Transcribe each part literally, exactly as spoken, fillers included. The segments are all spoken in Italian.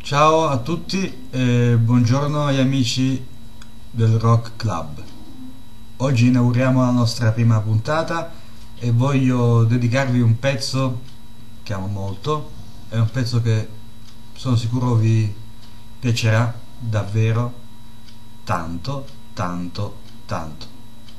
Ciao a tutti e buongiorno agli amici del Rock Club. Oggi inauguriamo la nostra prima puntata e voglio dedicarvi un pezzo che amo molto. È un pezzo che sono sicuro vi piacerà davvero tanto, tanto, tanto.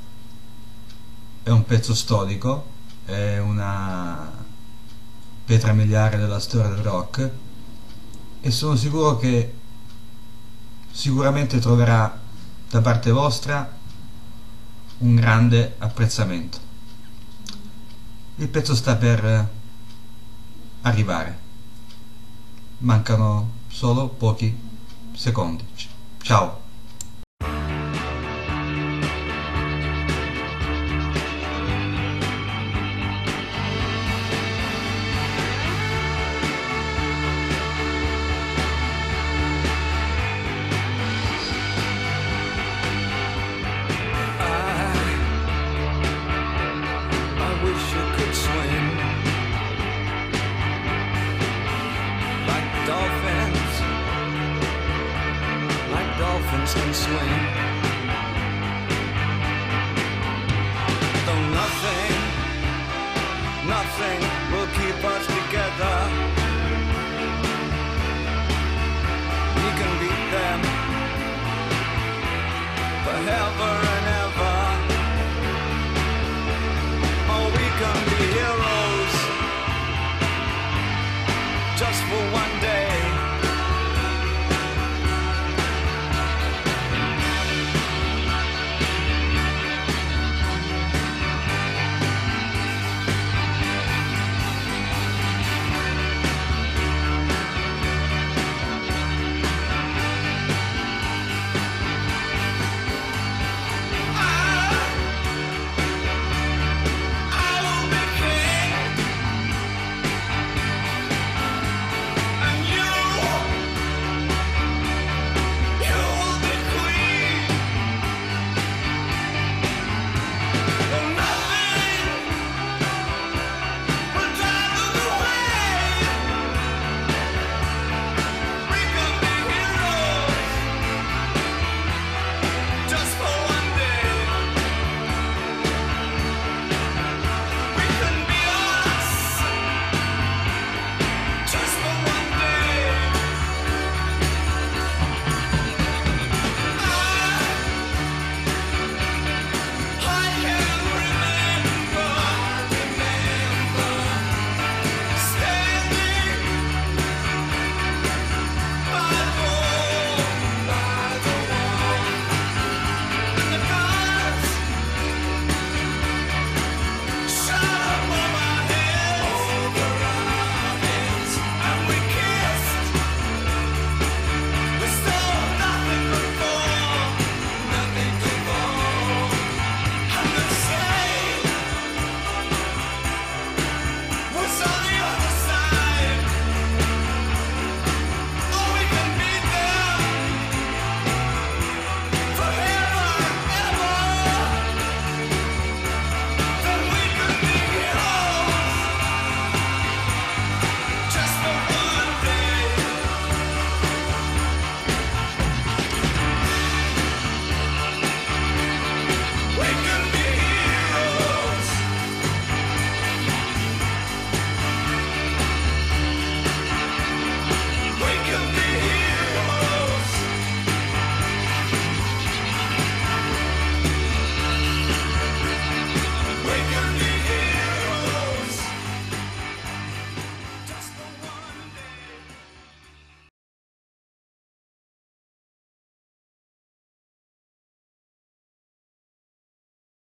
È un pezzo storico, è una pietra miliare della storia del rock e sono sicuro che sicuramente troverà da parte vostra un grande apprezzamento. Il pezzo sta per arrivare, mancano solo pochi secondi. Ciao! I wish you could swim like dolphins, like dolphins can swim. Though nothing, nothing will keep us together. We can beat them forever and ever. Oh, we can be heroes just for one.